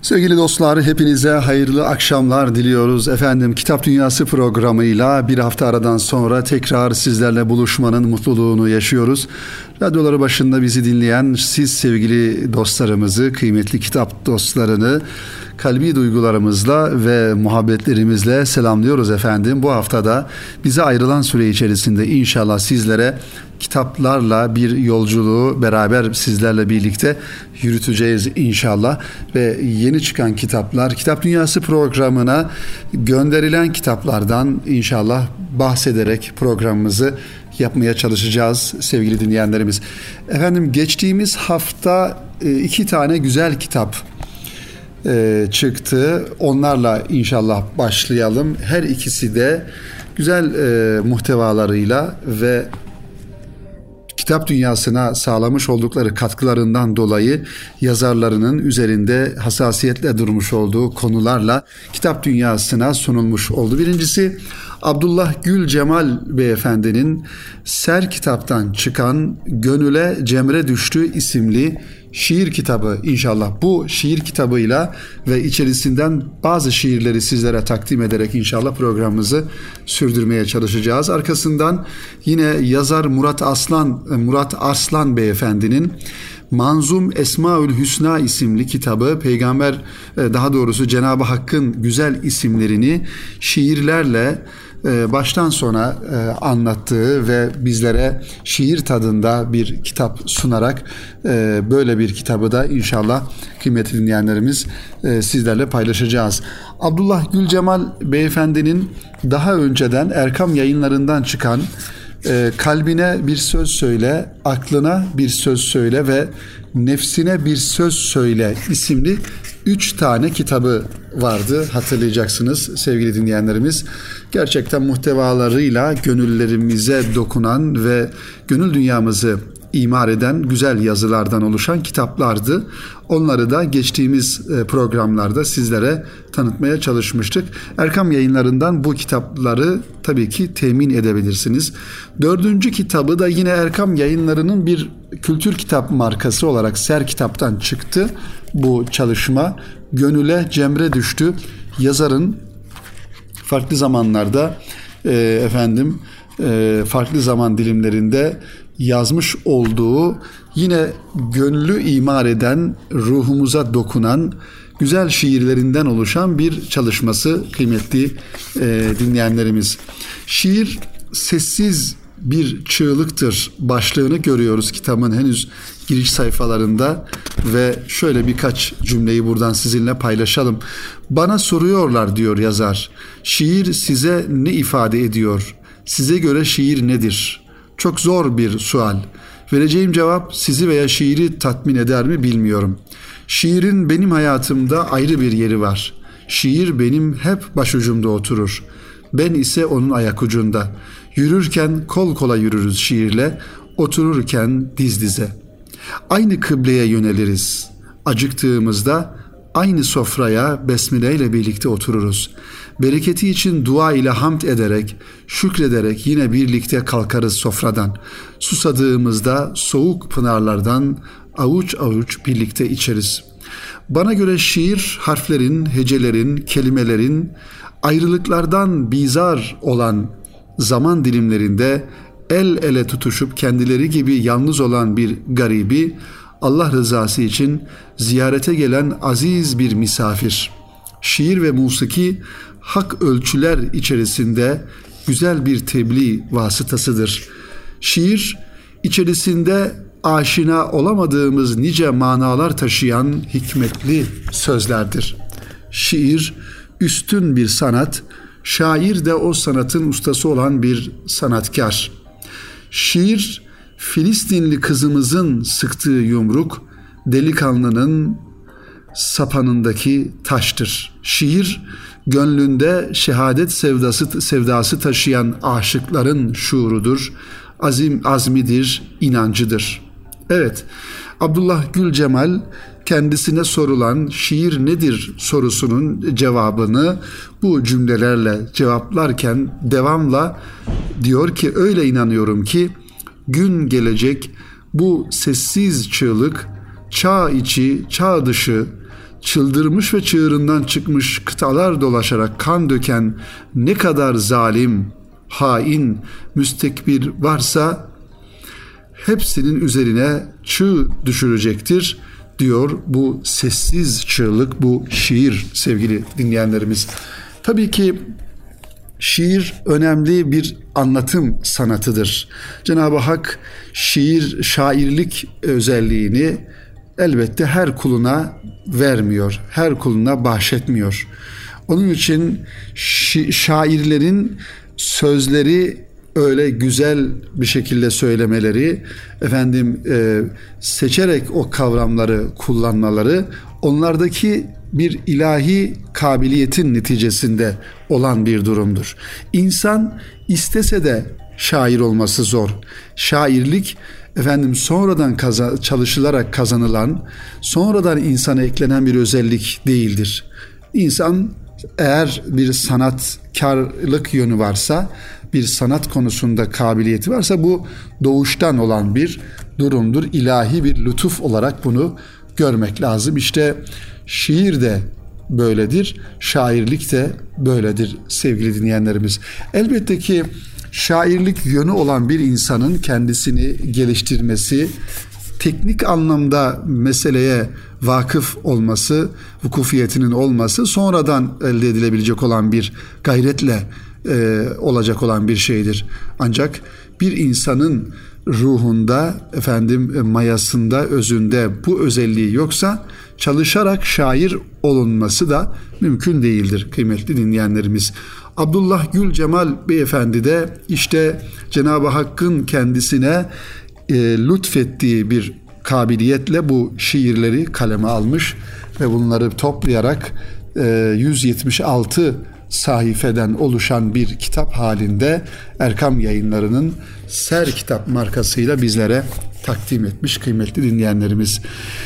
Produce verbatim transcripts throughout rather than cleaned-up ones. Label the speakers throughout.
Speaker 1: Sevgili dostlar, hepinize hayırlı akşamlar diliyoruz. Efendim, Kitap Dünyası programıyla bir hafta aradan sonra tekrar sizlerle buluşmanın mutluluğunu yaşıyoruz. Radyoları başında bizi dinleyen siz sevgili dostlarımızı, kıymetli kitap dostlarını kalbi duygularımızla ve muhabbetlerimizle selamlıyoruz efendim. Bu haftada bize ayrılan süre içerisinde inşallah sizlere kitaplarla bir yolculuğu beraber sizlerle birlikte yürüteceğiz inşallah. Ve yeni çıkan kitaplar, Kitap Dünyası programına gönderilen kitaplardan inşallah bahsederek programımızı yapmaya çalışacağız sevgili dinleyenlerimiz. Efendim, geçtiğimiz hafta iki tane güzel kitap çıktı. Onlarla inşallah başlayalım. Her ikisi de güzel muhtevalarıyla ve kitap dünyasına sağlamış oldukları katkılarından dolayı yazarlarının üzerinde hassasiyetle durmuş olduğu konularla kitap dünyasına sunulmuş oldu. Birincisi Abdullah Gül Cemal Beyefendi'nin Ser kitaptan çıkan Gönüle Cemre Düştü isimli şiir kitabı inşallah. Bu şiir kitabıyla ve içerisinden bazı şiirleri sizlere takdim ederek inşallah programımızı sürdürmeye çalışacağız. Arkasından yine yazar Murat Aslan Murat Arslan Beyefendi'nin Manzum Esmaül Hüsna isimli kitabı, peygamber daha doğrusu Cenab-ı Hakk'ın güzel isimlerini şiirlerle baştan sona anlattığı ve bizlere şiir tadında bir kitap sunarak böyle bir kitabı da inşallah kıymetli dinleyenlerimiz sizlerle paylaşacağız. Abdullah Gül Cemal Beyefendi'nin daha önceden Erkam Yayınlarından çıkan Kalbine Bir Söz Söyle, Aklına Bir Söz Söyle ve Nefsine Bir Söz Söyle isimli üç tane kitabı vardı, hatırlayacaksınız sevgili dinleyenlerimiz. Gerçekten muhtevalarıyla gönüllerimize dokunan ve gönül dünyamızı imar eden güzel yazılardan oluşan kitaplardı. Onları da geçtiğimiz programlarda sizlere tanıtmaya çalışmıştık. Erkam Yayınlarından bu kitapları tabii ki temin edebilirsiniz. Dördüncü kitabı da yine Erkam Yayınları'nın bir kültür kitap markası olarak Ser kitaptan çıktı. Bu çalışma Gönüle Cemre Düştü. Yazarın farklı zamanlarda e, efendim e, farklı zaman dilimlerinde yazmış olduğu, yine gönlü imar eden, ruhumuza dokunan güzel şiirlerinden oluşan bir çalışması kıymetli e, dinleyenlerimiz. Şiir sessiz bir çığlıktır başlığını görüyoruz kitabın henüz giriş sayfalarında ve şöyle birkaç cümleyi buradan sizinle paylaşalım. Bana soruyorlar diyor yazar, şiir size ne ifade ediyor? Size göre şiir nedir? Çok zor bir sual. Vereceğim cevap sizi veya şiiri tatmin eder mi bilmiyorum. Şiirin benim hayatımda ayrı bir yeri var. Şiir benim hep başucumda oturur. Ben ise onun ayak ucunda. Yürürken kol kola yürürüz şiirle, otururken diz dize. Aynı kıbleye yöneliriz. Acıktığımızda aynı sofraya besmele ile birlikte otururuz. Bereketi için dua ile hamd ederek, şükrederek yine birlikte kalkarız sofradan. Susadığımızda soğuk pınarlardan avuç avuç birlikte içeriz. Bana göre şiir harflerin, hecelerin, kelimelerin ayrılıklardan bizar olan zaman dilimlerinde el ele tutuşup kendileri gibi yalnız olan bir garibi Allah rızası için ziyarete gelen aziz bir misafir. Şiir ve musiki hak ölçüler içerisinde güzel bir tebliğ vasıtasıdır. Şiir içerisinde aşina olamadığımız nice manalar taşıyan hikmetli sözlerdir. Şiir üstün bir sanat, şair de o sanatın ustası olan bir sanatkar. Şiir Filistinli kızımızın sıktığı yumruk, delikanlının sapanındaki taştır. Şiir gönlünde şehadet sevdası sevdası taşıyan aşıkların şuurudur, azim azmidir, inancıdır. Evet, Abdullah Gül Cemal kendisine sorulan şiir nedir sorusunun cevabını bu cümlelerle cevaplarken devamla diyor ki, öyle inanıyorum ki gün gelecek bu sessiz çığlık çağ içi, çağ dışı, çıldırmış ve çığırından çıkmış kıtalar dolaşarak kan döken ne kadar zalim, hain, müstekbir varsa hepsinin üzerine çığ düşürecektir diyor bu sessiz çığlık, bu şiir sevgili dinleyenlerimiz. Tabii ki şiir önemli bir anlatım sanatıdır. Cenab-ı Hak şiir, şairlik özelliğini elbette her kuluna vermiyor, her kuluna bahşetmiyor. Onun için şi- şairlerin sözleri öyle güzel bir şekilde söylemeleri, efendim e, seçerek o kavramları kullanmaları, onlardaki bir ilahi kabiliyetin neticesinde olan bir durumdur. İnsan istese de şair olması zor. Şairlik efendim sonradan kazan, çalışılarak kazanılan, sonradan insana eklenen bir özellik değildir. İnsan eğer bir sanatkarlık yönü varsa, bir sanat konusunda kabiliyeti varsa bu doğuştan olan bir durumdur. İlahi bir lütuf olarak bunu görmek lazım. İşte şiir de böyledir, şairlik de böyledir sevgili dinleyenlerimiz. Elbette ki şairlik yönü olan bir insanın kendisini geliştirmesi, teknik anlamda meseleye vakıf olması, vukufiyetinin olması sonradan elde edilebilecek olan bir gayretle e, olacak olan bir şeydir. Ancak bir insanın ruhunda, efendim mayasında, özünde bu özelliği yoksa çalışarak şair olunması da mümkün değildir kıymetli dinleyenlerimiz. Abdullah Gül Cemal Beyefendi de işte Cenab-ı Hakk'ın kendisine e, lütfettiği bir kabiliyetle bu şiirleri kaleme almış ve bunları toplayarak e, yüz yetmiş altı sayfeden oluşan bir kitap halinde Erkam Yayınları'nın Ser Kitap markasıyla bizlere takdim etmiş kıymetli dinleyenlerimiz.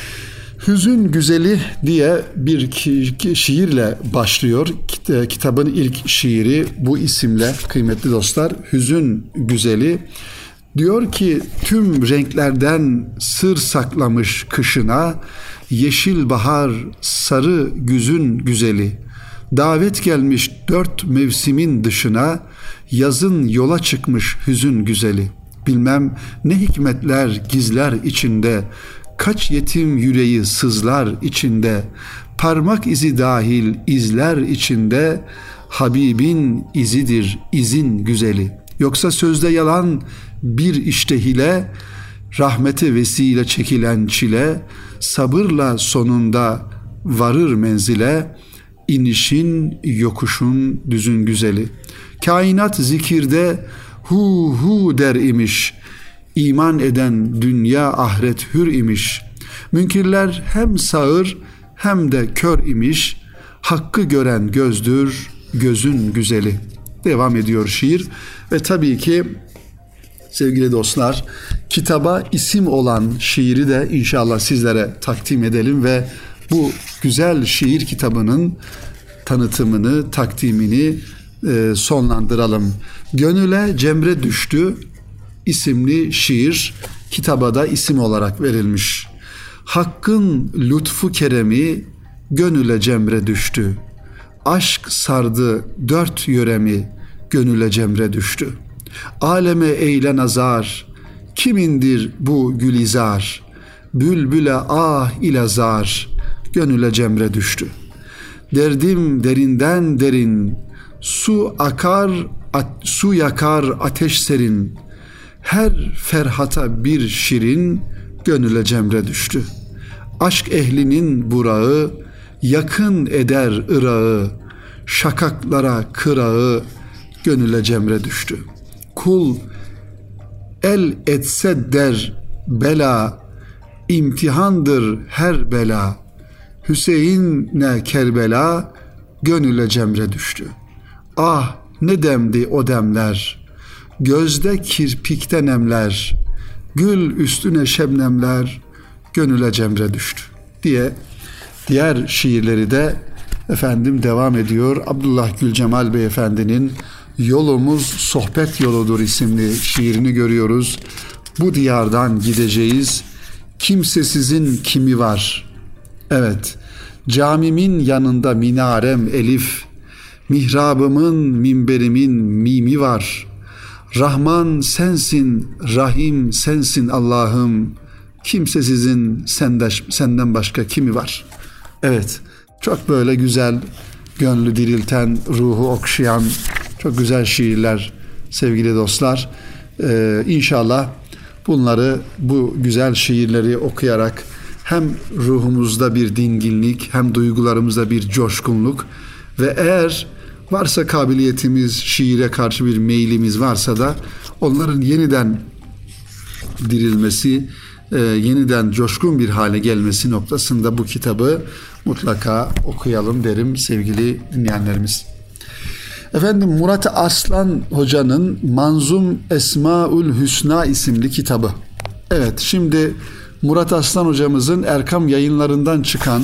Speaker 1: Hüzün Güzeli diye bir şiirle başlıyor. Kitabın ilk şiiri bu isimle kıymetli dostlar. Hüzün Güzeli. Diyor ki tüm renklerden sır saklamış kışına, yeşil bahar, sarı güzün güzeli. Davet gelmiş dört mevsimin dışına, yazın yola çıkmış hüzün güzeli. Bilmem ne hikmetler gizler içinde, kaç yetim yüreği sızlar içinde, parmak izi dahil izler içinde, Habibin izidir izin güzeli. Yoksa sözde yalan bir işte hile, rahmete vesile çekilen çile, sabırla sonunda varır menzile, inişin yokuşun düzün güzeli. Kainat zikirde hu hu der imiş, İman eden dünya ahiret hür imiş. Münkirler hem sağır hem de kör imiş. Hakkı gören gözdür gözün güzeli. Devam ediyor şiir ve tabii ki sevgili dostlar kitaba isim olan şiiri de inşallah sizlere takdim edelim ve bu güzel şiir kitabının tanıtımını, takdimini e, sonlandıralım. Gönüle cemre düştü isimli şiir kitaba da isim olarak verilmiş. Hakkın lütfu keremi gönüle cemre düştü. Aşk sardı dört yöremi gönüle cemre düştü. Aleme eyle nazar, kimindir bu gülizar? Bülbüle ah ile zar, gönüle cemre düştü. Derdim derinden derin, su akar, at, su yakar ateş serin. Her ferhata bir şirin, gönüle cemre düştü. Aşk ehlinin burağı, yakın eder ırağı, şakaklara kırağı, gönüle cemre düştü. Kul el etse der bela, imtihandır her bela. Hüseyin'le Kerbela, gönüle cemre düştü. Ah ne demdi o demler, gözde kirpikte nemler, gül üstüne şebnemler, gönüle cemre düştü diye diğer şiirleri de efendim devam ediyor. Abdullah Gül Cemal Beyefendinin Yolumuz Sohbet Yoludur isimli şiirini görüyoruz. Bu diyardan gideceğiz, kimsesizin kimi var? Evet, Camimin yanında minarem elif, mihrabımın minberimin mimi var. Rahman sensin, Rahim sensin Allah'ım. Kimsesizin senden, senden başka kimi var? Evet, çok böyle güzel, gönlü dirilten, ruhu okşayan çok güzel şiirler sevgili dostlar. Ee, İnşallah bunları, bu güzel şiirleri okuyarak hem ruhumuzda bir dinginlik, hem duygularımızda bir coşkunluk ve eğer varsa kabiliyetimiz, şiire karşı bir meylimiz varsa da onların yeniden dirilmesi, e, yeniden coşkun bir hale gelmesi noktasında bu kitabı mutlaka okuyalım derim sevgili dinleyenlerimiz. Efendim, Murat Arslan Hoca'nın Manzum Esmaül Hüsna isimli kitabı. Evet, şimdi Murat Arslan Hocamızın Erkam Yayınlarından çıkan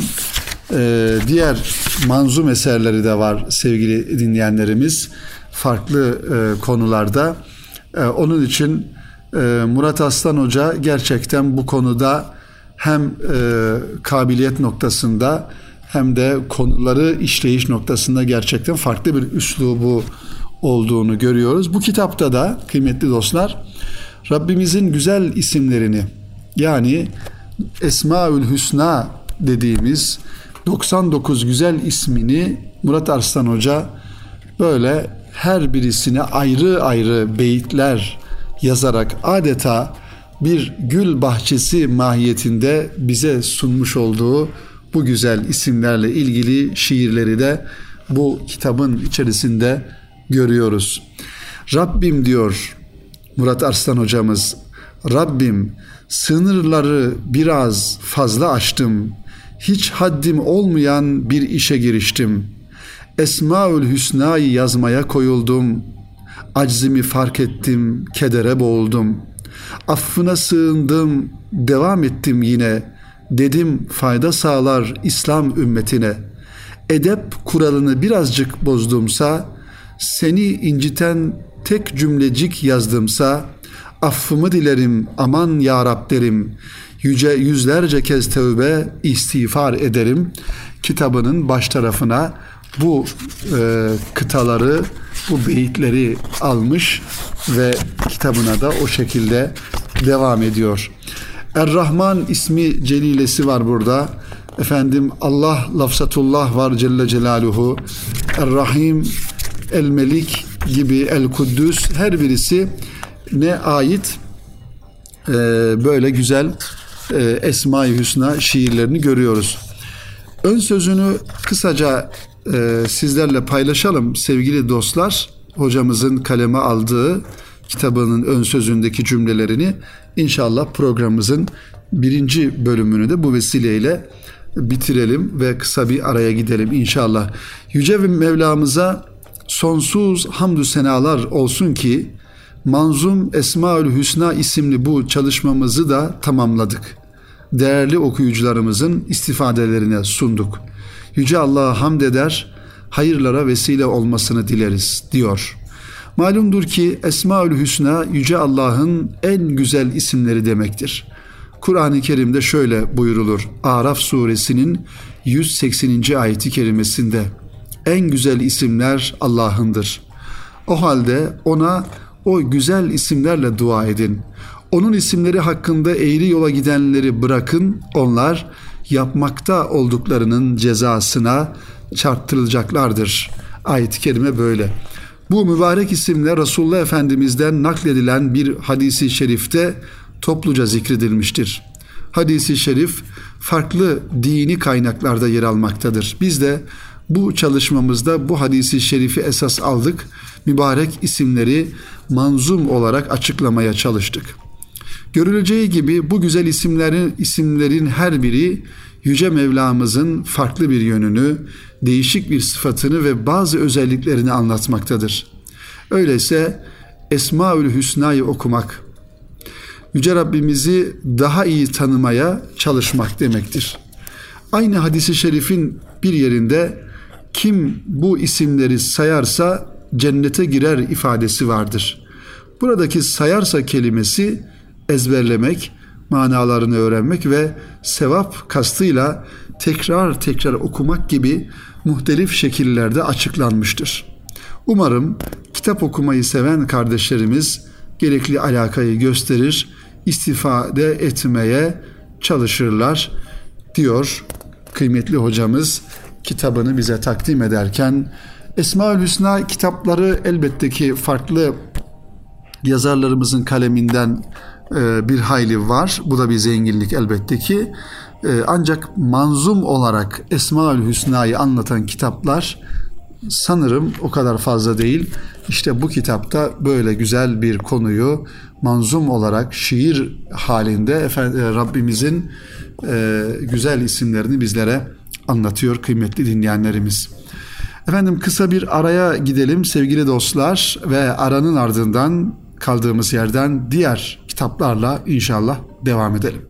Speaker 1: e, diğer manzum eserleri de var sevgili dinleyenlerimiz. Farklı e, konularda. E, onun için e, Murat Arslan Hoca gerçekten bu konuda hem e, kabiliyet noktasında hem de konuları işleyiş noktasında gerçekten farklı bir üslubu olduğunu görüyoruz. Bu kitapta da kıymetli dostlar, Rabbimizin güzel isimlerini, yani Esmaül Hüsna dediğimiz doksan dokuz güzel ismini Murat Arslan Hoca böyle her birisine ayrı ayrı beyitler yazarak adeta bir gül bahçesi mahiyetinde bize sunmuş olduğu bu güzel isimlerle ilgili şiirleri de bu kitabın içerisinde görüyoruz. Rabbim diyor Murat Arslan hocamız, Rabbim sınırları biraz fazla aştım, hiç haddim olmayan bir işe giriştim. Esmaül Hüsna'yı yazmaya koyuldum, aczimi fark ettim, kedere boğuldum. Affına sığındım, devam ettim yine, dedim fayda sağlar İslam ümmetine. Edep kuralını birazcık bozdumsa, seni inciten tek cümlecik yazdımsa, affımı dilerim aman ya Rab derim, yüce yüzlerce kez tövbe istiğfar ederim. Kitabının baş tarafına bu e, kıtaları, bu beyitleri almış ve kitabına da o şekilde devam ediyor. Er-Rahman ismi celilesi var burada. Efendim, Allah lafzatullah var Celle Celaluhu. Er-Rahim, El-Melik gibi, El-Kuddüs, her birisi ne ait e, böyle güzel e, Esma-i Hüsna şiirlerini görüyoruz. Ön sözünü kısaca e, sizlerle paylaşalım sevgili dostlar. Hocamızın kaleme aldığı kitabının ön sözündeki cümlelerini inşallah programımızın birinci bölümünü de bu vesileyle bitirelim ve kısa bir araya gidelim inşallah. Yüce ve Mevlamıza sonsuz hamdü senalar olsun ki Manzum Esmaül Hüsna isimli bu çalışmamızı da tamamladık. Değerli okuyucularımızın istifadelerine sunduk. Yüce Allah'a hamd eder, hayırlara vesile olmasını dileriz diyor. Malumdur ki Esmaül Hüsna Yüce Allah'ın en güzel isimleri demektir. Kur'an-ı Kerim'de şöyle buyrulur. Araf suresinin yüz sekseninci ayeti kerimesinde: en güzel isimler Allah'ındır. O halde ona o güzel isimlerle dua edin. Onun isimleri hakkında eğri yola gidenleri bırakın. Onlar yapmakta olduklarının cezasına çarptırılacaklardır. Ayet-i kerime böyle. Bu mübarek isimler Resulullah Efendimiz'den nakledilen bir hadisi şerifte topluca zikredilmiştir. Hadisi şerif farklı dini kaynaklarda yer almaktadır. Biz de bu çalışmamızda bu hadisi şerifi esas aldık. Mübarek isimleri manzum olarak açıklamaya çalıştık. Görüleceği gibi bu güzel isimlerin isimlerin her biri Yüce Mevlamızın farklı bir yönünü, değişik bir sıfatını ve bazı özelliklerini anlatmaktadır. Öyleyse Esmaül Hüsna'yı okumak, Yüce Rabbimizi daha iyi tanımaya çalışmak demektir. Aynı hadis-i şerifin bir yerinde kim bu isimleri sayarsa cennete girer ifadesi vardır. Buradaki sayarsa kelimesi ezberlemek, manalarını öğrenmek ve sevap kastıyla tekrar tekrar okumak gibi muhtelif şekillerde açıklanmıştır. Umarım kitap okumayı seven kardeşlerimiz gerekli alakayı gösterir, istifade etmeye çalışırlar diyor kıymetli hocamız kitabını bize takdim ederken. Esmaül Hüsna kitapları elbette ki farklı yazarlarımızın kaleminden e, bir hayli var. Bu da bir zenginlik elbette ki. E, ancak manzum olarak Esmaül Hüsna'yı anlatan kitaplar sanırım o kadar fazla değil. İşte bu kitapta böyle güzel bir konuyu manzum olarak şiir halinde efendim, Rabbimizin e, güzel isimlerini bizlere anlatıyor kıymetli dinleyenlerimiz. Efendim kısa bir araya gidelim sevgili dostlar ve aranın ardından kaldığımız yerden diğer kitaplarla inşallah devam edelim.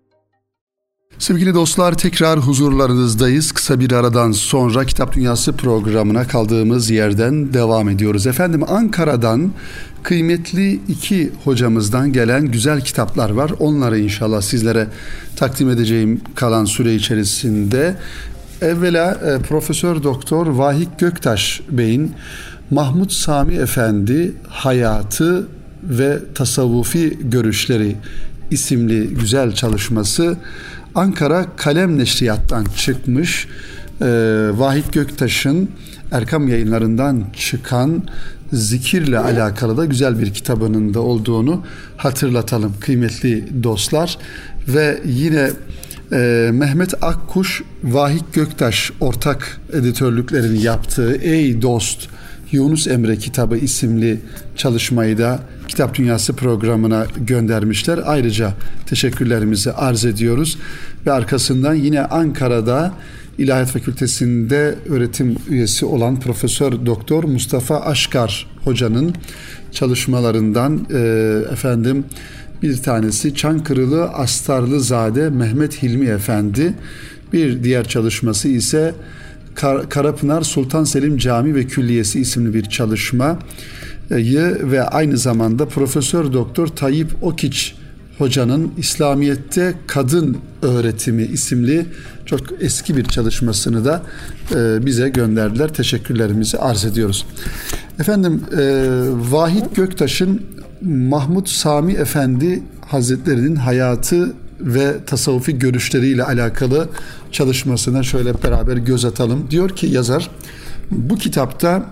Speaker 1: Sevgili dostlar, tekrar huzurlarınızdayız. Kısa bir aradan sonra Kitap Dünyası programına kaldığımız yerden devam ediyoruz. Efendim Ankara'dan kıymetli iki hocamızdan gelen güzel kitaplar var. Onları inşallah sizlere takdim edeceğim kalan süre içerisinde. Evvela e, Profesör Doktor Vahik Göktaş Bey'in Mahmud Sami Efendi Hayatı ve Tasavvufi Görüşleri isimli güzel çalışması Ankara Kalem Neşriyat'tan çıkmış. Ee, Vahik Göktaş'ın Erkam Yayınlarından çıkan zikirle alakalı da güzel bir kitabının da olduğunu hatırlatalım kıymetli dostlar. Ve yine e, Mehmet Akkuş, Vahik Göktaş ortak editörlüklerini yaptığı Ey Dost Yunus Emre Kitabı isimli çalışmayı da Kitap Dünyası programına göndermişler. Ayrıca teşekkürlerimizi arz ediyoruz. Ve arkasından yine Ankara'da İlahiyat Fakültesi'nde öğretim üyesi olan Profesör Doktor Mustafa Aşkar Hoca'nın çalışmalarından e, efendim bir tanesi Çankırılı Astarlızade Mehmet Hilmi Efendi, bir diğer çalışması ise Kar- Karapınar Sultan Selim Camii ve Külliyesi isimli bir çalışmayı ve aynı zamanda Profesör Doktor Tayyip Okiç Hoca'nın İslamiyet'te Kadın Öğretimi isimli çok eski bir çalışmasını da e, bize gönderdiler. Teşekkürlerimizi arz ediyoruz. Efendim e, Vahit Göktaş'ın Mahmud Sami Efendi Hazretleri'nin hayatı ve tasavvufi görüşleriyle alakalı çalışmasına şöyle beraber göz atalım. Diyor ki yazar, bu kitapta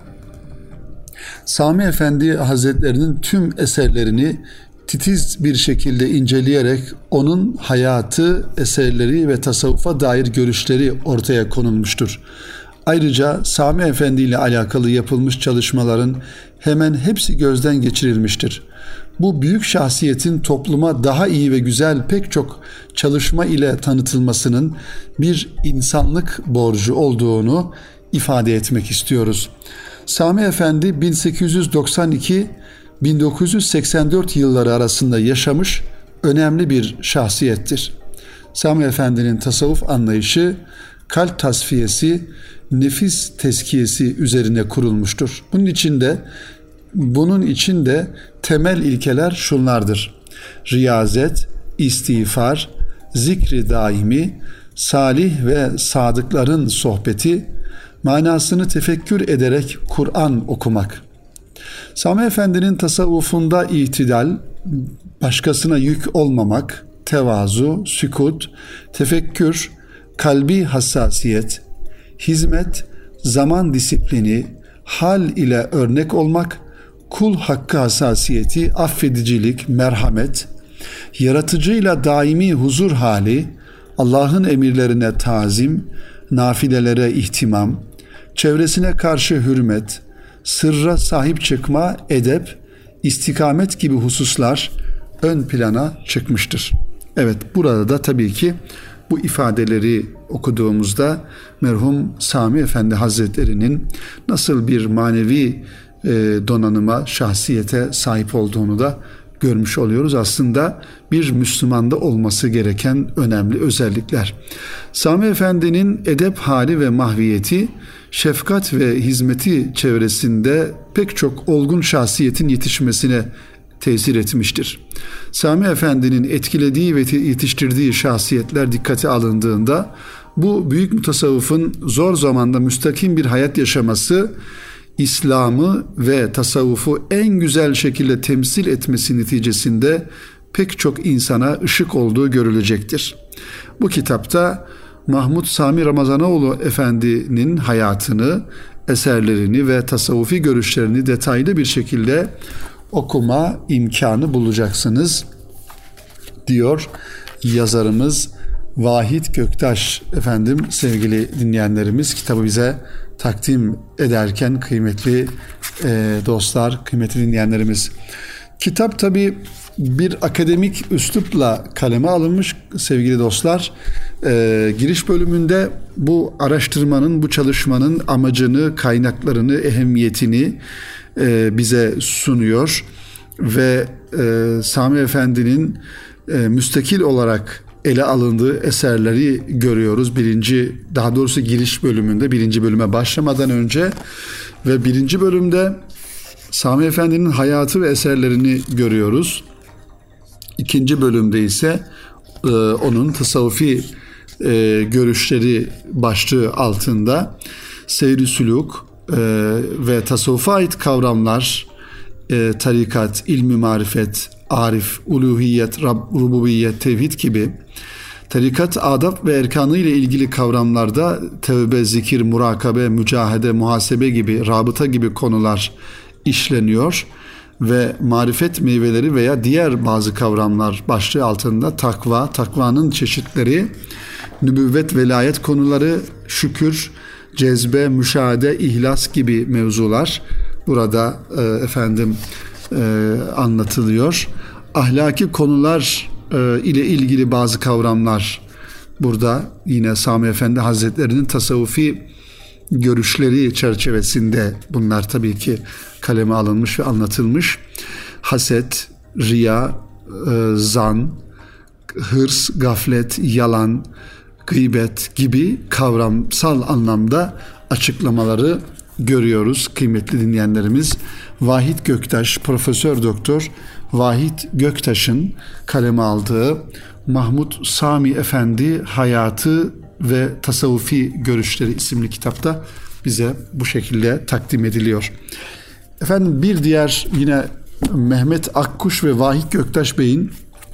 Speaker 1: Sami Efendi Hazretleri'nin tüm eserlerini titiz bir şekilde inceleyerek onun hayatı, eserleri ve tasavvufa dair görüşleri ortaya konulmuştur. Ayrıca Sami Efendi ile alakalı yapılmış çalışmaların hemen hepsi gözden geçirilmiştir. Bu büyük şahsiyetin topluma daha iyi ve güzel pek çok çalışma ile tanıtılmasının bir insanlık borcu olduğunu ifade etmek istiyoruz. Sami Efendi bin sekiz yüz doksan iki bin dokuz yüz seksen dört yılları arasında yaşamış önemli bir şahsiyettir. Sami Efendi'nin tasavvuf anlayışı kalp tasfiyesi, nefis tezkiyesi üzerine kurulmuştur. Bunun içinde bunun içinde temel ilkeler şunlardır: riyazet, istiğfar, zikri daimi, salih ve sadıkların sohbeti, manasını tefekkür ederek Kur'an okumak. Sami Efendi'nin tasavvufunda itidal, başkasına yük olmamak, tevazu, sükut, tefekkür, kalbi hassasiyet, hizmet, zaman disiplini, hal ile örnek olmak, kul hakkı hassasiyeti, affedicilik, merhamet, yaratıcıyla daimi huzur hali, Allah'ın emirlerine tazim, nafilelere ihtimam, çevresine karşı hürmet, sırra sahip çıkma, edep, istikamet gibi hususlar ön plana çıkmıştır. Evet, burada da tabii ki bu ifadeleri okuduğumuzda merhum Sami Efendi Hazretleri'nin nasıl bir manevi e, donanıma, şahsiyete sahip olduğunu da görmüş oluyoruz. Aslında bir Müslümanda olması gereken önemli özellikler. Sami Efendi'nin edep hali ve mahviyeti, şefkat ve hizmeti çevresinde pek çok olgun şahsiyetin yetişmesine tesir etmiştir. Sami Efendi'nin etkilediği ve yetiştirdiği şahsiyetler dikkate alındığında bu büyük mutasavvıfın zor zamanda müstakim bir hayat yaşaması, İslam'ı ve tasavvufu en güzel şekilde temsil etmesi neticesinde pek çok insana ışık olduğu görülecektir. Bu kitapta Mahmud Sami Ramazanoğlu Efendi'nin hayatını, eserlerini ve tasavvufi görüşlerini detaylı bir şekilde okuma imkanı bulacaksınız diyor yazarımız Vahit Göktaş. Efendim, sevgili dinleyenlerimiz, kitabı bize takdim ederken kıymetli e, dostlar, kıymetli dinleyenlerimiz, kitap tabii bir akademik üslupla kaleme alınmış sevgili dostlar. Ee, giriş bölümünde bu araştırmanın, bu çalışmanın amacını, kaynaklarını, ehemmiyetini e, bize sunuyor ve e, Sami Efendi'nin e, müstakil olarak ele alındığı eserleri görüyoruz. Birinci, daha doğrusu giriş bölümünde, birinci bölüme başlamadan önce ve birinci bölümde Sami Efendi'nin hayatı ve eserlerini görüyoruz. İkinci bölümde ise e, onun tasavvufi e, görüşleri başlığı altında seyr-i sülûk e, ve tasavvufa ait kavramlar, e, tarikat, ilmi marifet, arif, uluhiyet, Rab, rububiyet, tevhid gibi tarikat, adab ve erkanı ile ilgili kavramlarda tevbe, zikir, murakabe, mücahede, muhasebe gibi, rabıta gibi konular işleniyor ve marifet meyveleri veya diğer bazı kavramlar başlığı altında takva, takvanın çeşitleri, nübüvvet, velayet konuları, şükür, cezbe, müşahede, ihlas gibi mevzular burada e, efendim e, anlatılıyor. Ahlaki konular e, ile ilgili bazı kavramlar burada yine Sami Efendi Hazretleri'nin tasavvufi görüşleri çerçevesinde bunlar tabii ki kaleme alınmış ve anlatılmış. Haset, riya, e, zan, hırs, gaflet, yalan, gıybet gibi kavramsal anlamda açıklamaları görüyoruz kıymetli dinleyenlerimiz. Vahit Göktaş, Profesör Doktor Vahit Göktaş'ın kaleme aldığı Mahmud Sami Efendi Hayatı ve Tasavvufi Görüşleri isimli kitapta bize bu şekilde takdim ediliyor. Efendim, bir diğer yine Mehmet Akkuş ve Vahit Göktaş Bey'in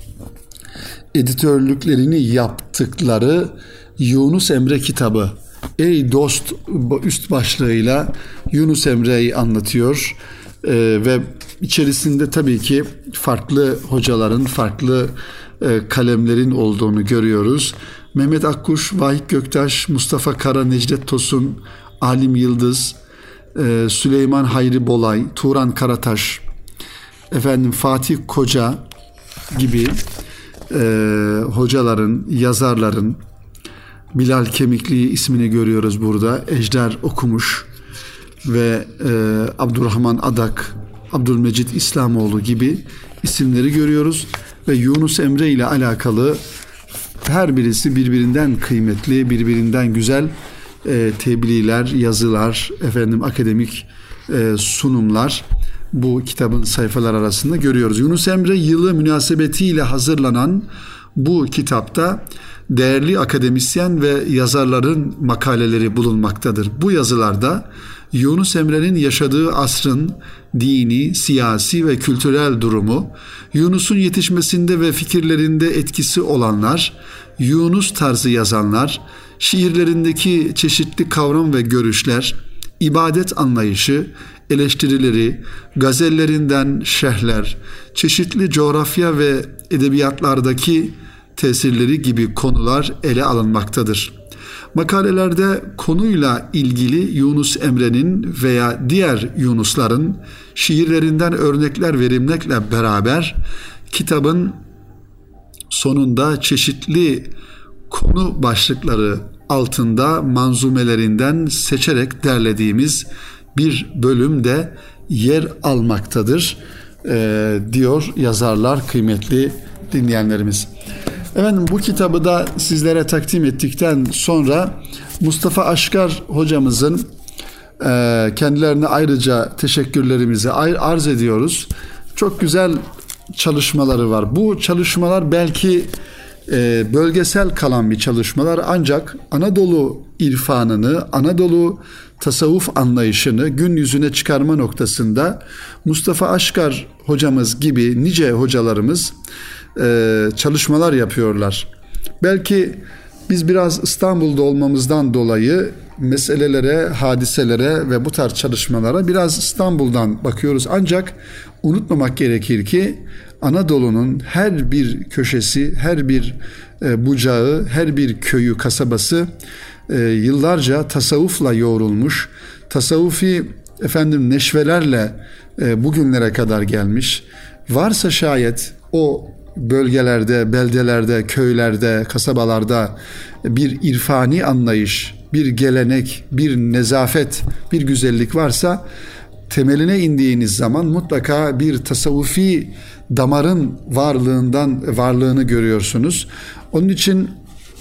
Speaker 1: editörlüklerini yaptıkları Yunus Emre kitabı, Ey Dost üst başlığıyla Yunus Emre'yi anlatıyor ee, ve içerisinde tabii ki farklı hocaların, farklı e, kalemlerin olduğunu görüyoruz. Mehmet Akkuş, Vahit Göktaş, Mustafa Kara, Necdet Tosun, Alim Yıldız, e, Süleyman Hayri Bolay, Turan Karataş, efendim Fatih Koca gibi e, hocaların, yazarların, Bilal Kemikli ismini görüyoruz burada. Ejder Okumuş ve e, Abdurrahman Adak, Abdülmecit İslamoğlu gibi isimleri görüyoruz ve Yunus Emre ile alakalı her birisi birbirinden kıymetli, birbirinden güzel e, tebliğler, yazılar, efendim akademik e, sunumlar bu kitabın sayfalar arasında görüyoruz. Yunus Emre yılı münasebetiyle hazırlanan bu kitapta değerli akademisyen ve yazarların makaleleri bulunmaktadır. Bu yazılarda Yunus Emre'nin yaşadığı asrın dini, siyasi ve kültürel durumu, Yunus'un yetişmesinde ve fikirlerinde etkisi olanlar, Yunus tarzı yazanlar, şiirlerindeki çeşitli kavram ve görüşler, ibadet anlayışı, eleştirileri, gazellerinden şerhler, çeşitli coğrafya ve edebiyatlardaki tesirleri gibi konular ele alınmaktadır. Makalelerde konuyla ilgili Yunus Emre'nin veya diğer Yunusların şiirlerinden örnekler verilmekle beraber kitabın sonunda çeşitli konu başlıkları altında manzumelerinden seçerek derlediğimiz bir bölüm de yer almaktadır e, diyor yazarlar, kıymetli dinleyenlerimiz. Efendim, bu kitabı da sizlere takdim ettikten sonra Mustafa Aşkar hocamızın e, kendilerine ayrıca teşekkürlerimizi arz ediyoruz. çok güzel çalışmaları var. Bu çalışmalar belki e, bölgesel kalan bir çalışmalar, ancak Anadolu irfanını, Anadolu tasavvuf anlayışını gün yüzüne çıkarma noktasında Mustafa Aşkar hocamız gibi nice hocalarımız e, çalışmalar yapıyorlar. Belki biz biraz İstanbul'da olmamızdan dolayı meselelere, hadiselere ve bu tarz çalışmalara biraz İstanbul'dan bakıyoruz. Ancak unutmamak gerekir ki Anadolu'nun her bir köşesi, her bir e, bucağı, her bir köyü, kasabası e, yıllarca tasavvufla yoğrulmuş, tasavvufi efendim neşvelerle e, bugünlere kadar gelmiş. Varsa şayet o bölgelerde, beldelerde, köylerde, kasabalarda bir irfani anlayış, bir gelenek, bir nezafet, bir güzellik varsa temeline indiğiniz zaman mutlaka bir tasavvufi damarın varlığından varlığını görüyorsunuz. Onun için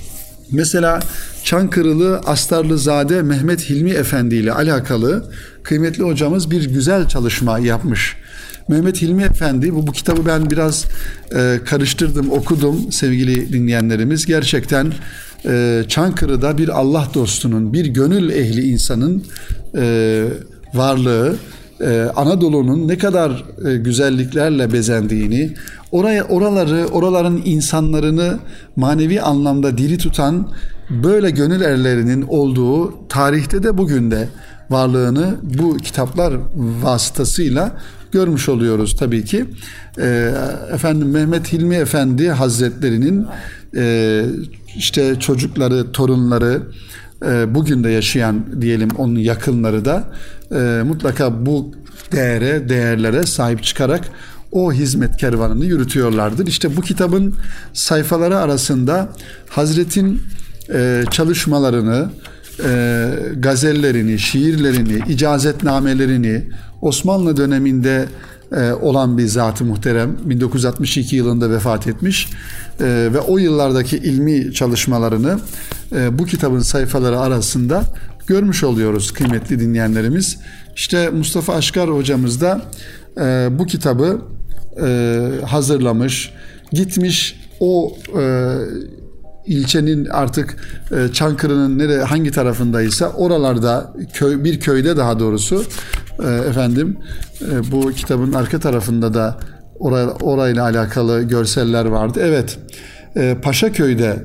Speaker 1: mesela Çankırılı Astarlızade Mehmet Hilmi Efendi ile alakalı kıymetli hocamız bir güzel çalışma yapmış. Mehmet Hilmi Efendi, bu, bu kitabı ben biraz e, karıştırdım, okudum sevgili dinleyenlerimiz. Gerçekten e, Çankırı'da bir Allah dostunun, bir gönül ehli insanın e, varlığı, e, Anadolu'nun ne kadar e, güzelliklerle bezendiğini, oraya oraları, oraların insanlarını manevi anlamda diri tutan böyle gönül erlerinin olduğu tarihte de bugün de varlığını bu kitaplar vasıtasıyla görmüş oluyoruz tabii ki. E, efendim Mehmet Hilmi Efendi Hazretlerinin e, işte çocukları, torunları, e, bugün de yaşayan diyelim onun yakınları da e, mutlaka bu değere, değerlere sahip çıkarak o hizmet kervanını yürütüyorlardır. İşte bu kitabın sayfaları arasında Hazret'in e, çalışmalarını, e, gazellerini, şiirlerini, icazetnamelerini, Osmanlı döneminde e, olan bir zat-ı muhterem, bin dokuz yüz altmış iki yılında vefat etmiş e, ve o yıllardaki ilmi çalışmalarını e, bu kitabın sayfaları arasında görmüş oluyoruz kıymetli dinleyenlerimiz. İşte Mustafa Aşkar hocamız da e, bu kitabı e, hazırlamış, gitmiş o e, ilçenin artık e, Çankırı'nın nere hangi tarafındaysa oralarda köy bir köyde daha doğrusu e, efendim e, bu kitabın arka tarafında da oraya, orayla alakalı görseller vardı. Evet. E, Paşaköy'de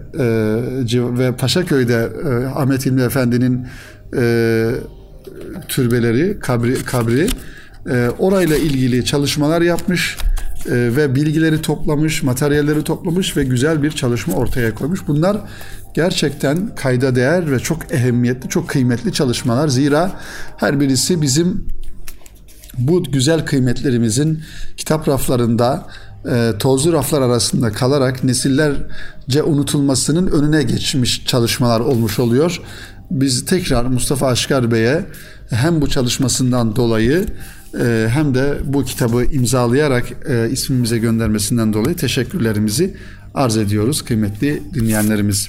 Speaker 1: e, ve Paşaköy'de e, Ahmet Hilmi Efendi'nin e, türbeleri, kabri, kabri e, orayla ilgili çalışmalar yapmış e, ve bilgileri toplamış, materyalleri toplamış ve güzel bir çalışma ortaya koymuş. Bunlar gerçekten kayda değer ve çok ehemmiyetli, çok kıymetli çalışmalar. Zira her birisi bizim bu güzel kıymetlerimizin kitap raflarında, e, tozlu raflar arasında kalarak nesillerce unutulmasının önüne geçmiş çalışmalar olmuş oluyor. Biz tekrar Mustafa Aşkar Bey'e hem bu çalışmasından dolayı e, hem de bu kitabı imzalayarak e, ismimize göndermesinden dolayı teşekkürlerimizi arz ediyoruz kıymetli dinleyenlerimiz.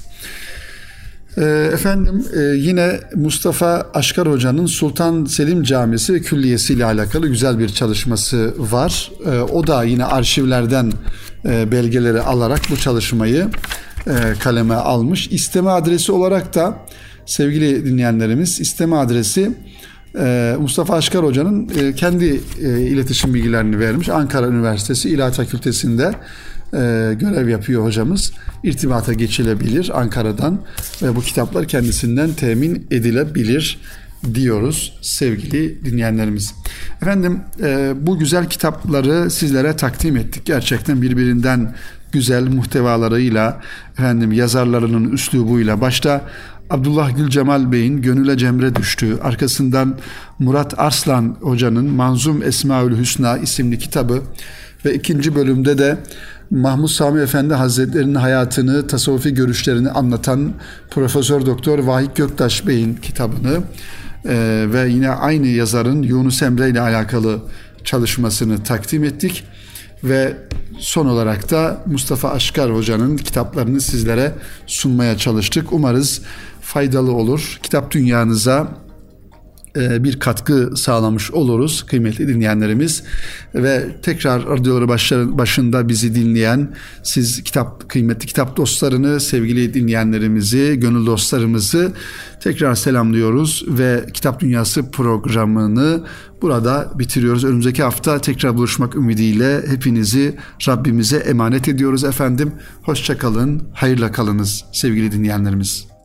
Speaker 1: E, efendim e, yine Mustafa Aşkar Hoca'nın Sultan Selim Camisi ve Külliyesi ile alakalı güzel bir çalışması var. E, o da yine arşivlerden e, belgeleri alarak bu çalışmayı e, kaleme almış. İsteme adresi olarak da sevgili dinleyenlerimiz, isteme adresi Mustafa Aşkar Hoca'nın kendi iletişim bilgilerini vermiş. Ankara Üniversitesi İlahiyat Fakültesi'nde görev yapıyor hocamız. İrtibata geçilebilir Ankara'dan ve bu kitaplar kendisinden temin edilebilir diyoruz sevgili dinleyenlerimiz. Efendim bu güzel kitapları sizlere takdim ettik. Gerçekten birbirinden güzel muhtevalarıyla, efendim yazarlarının üslubuyla, başta Abdullah Gül Cemal Bey'in Gönüle Cemre Düştü, arkasından Murat Arslan Hoca'nın Manzum Esmaül Hüsna isimli kitabı ve ikinci bölümde de Mahmud Sami Efendi Hazretleri'nin hayatını, tasavvufi görüşlerini anlatan Profesör Doktor Vahit Göktaş Bey'in kitabını e, ve yine aynı yazarın Yunus Emre ile alakalı çalışmasını takdim ettik. Ve son olarak da Mustafa Aşkar Hoca'nın kitaplarını sizlere sunmaya çalıştık. Umarız faydalı olur. Kitap dünyanıza bir katkı sağlamış oluruz kıymetli dinleyenlerimiz. Ve tekrar radyoları başında bizi dinleyen siz kitap kıymetli kitap dostlarını, sevgili dinleyenlerimizi, gönül dostlarımızı tekrar selamlıyoruz ve Kitap Dünyası programını burada bitiriyoruz. Önümüzdeki hafta tekrar buluşmak ümidiyle hepinizi Rabbimize emanet ediyoruz efendim. Hoşça kalın, hayırla kalınız sevgili dinleyenlerimiz.